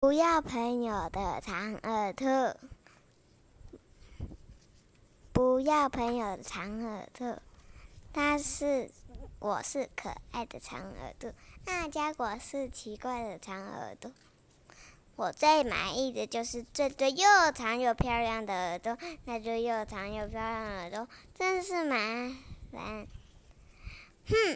不要朋友的长耳兔，不要朋友的长耳兔，我是可爱的长耳兔，那家伙是奇怪的长耳朵。我最满意的就是这对又长又漂亮的耳朵，那对又长又漂亮的耳朵真是麻烦。哼，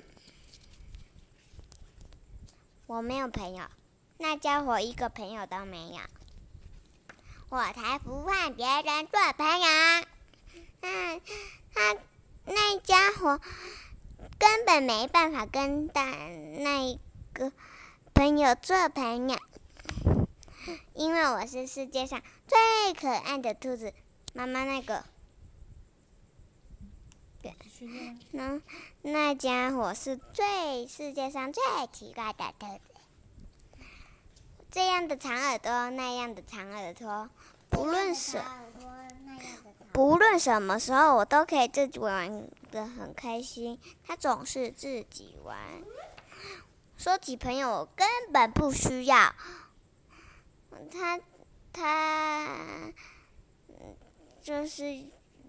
我没有朋友，那家伙一个朋友都没有。我才不和别人做朋友。那家伙根本没办法跟那个朋友做朋友，因为我是世界上最可爱的兔子。妈妈那个，那家伙是世界上最奇怪的兔子。这样的长耳朵，那样的长耳朵，不论什么时候，我都可以自己玩得很开心。他总是自己玩。说起朋友，我根本不需要。他就是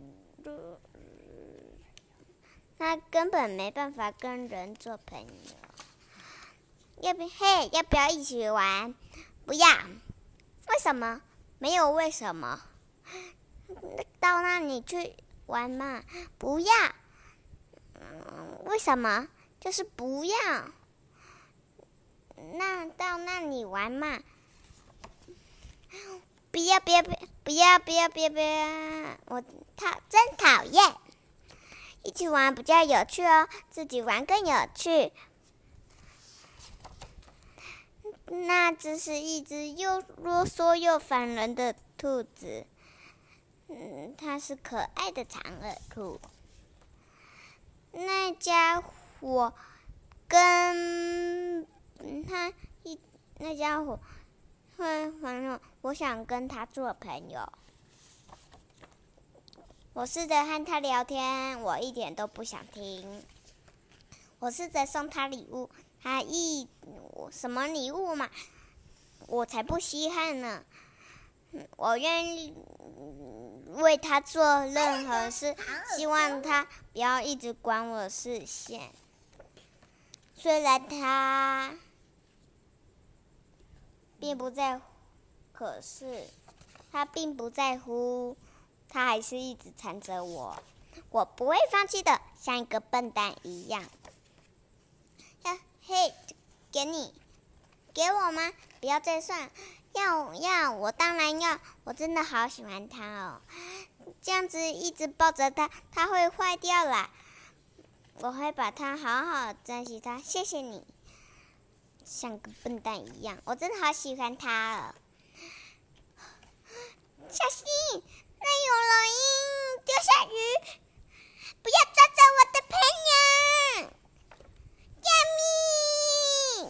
他根本没办法跟人做朋友。要不要一起玩？不要。为什么？没有为什么。到那里去玩嘛？不要。为什么？就是不要。那到那里玩嘛？不要！真讨厌。一起玩比较有趣哦，自己玩更有趣。那只是一只又啰嗦又烦人的兔子。它是可爱的长耳兔。那家伙那家伙会烦我，我想跟他做朋友。我试着和他聊天，我一点都不想听。我试着送他礼物，什么礼物嘛？我才不稀罕呢！我愿意为他做任何事，希望他不要一直管我的视线。虽然他并不在乎，可是他并不在乎，他还是一直缠着我。我不会放弃的，像一个笨蛋一样。嘿，给你，给我吗？不要再算。要，我当然要，我真的好喜欢它哦。这样子一直抱着它，它会坏掉啦。我会把它好好珍惜它，谢谢你。像个笨蛋一样，我真的好喜欢它哦。小心，那有老鹰掉下鱼，不要抓走我的朋友！救命！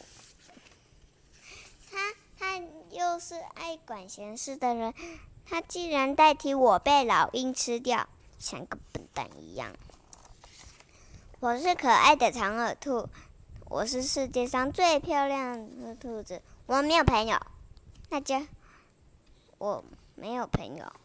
他又是爱管闲事的人，他竟然代替我被老鹰吃掉，像个笨蛋一样。我是可爱的长耳兔，我是世界上最漂亮的兔子。我没有朋友，我没有朋友。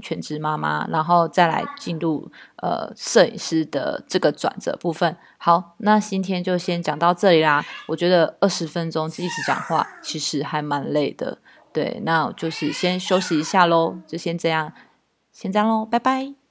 全职妈妈，然后再来进入摄影师的这个转折部分。好，那今天就先讲到这里啦。我觉得20分钟一直讲话其实还蛮累的，对，那就是先休息一下咯，就先这样咯，拜拜。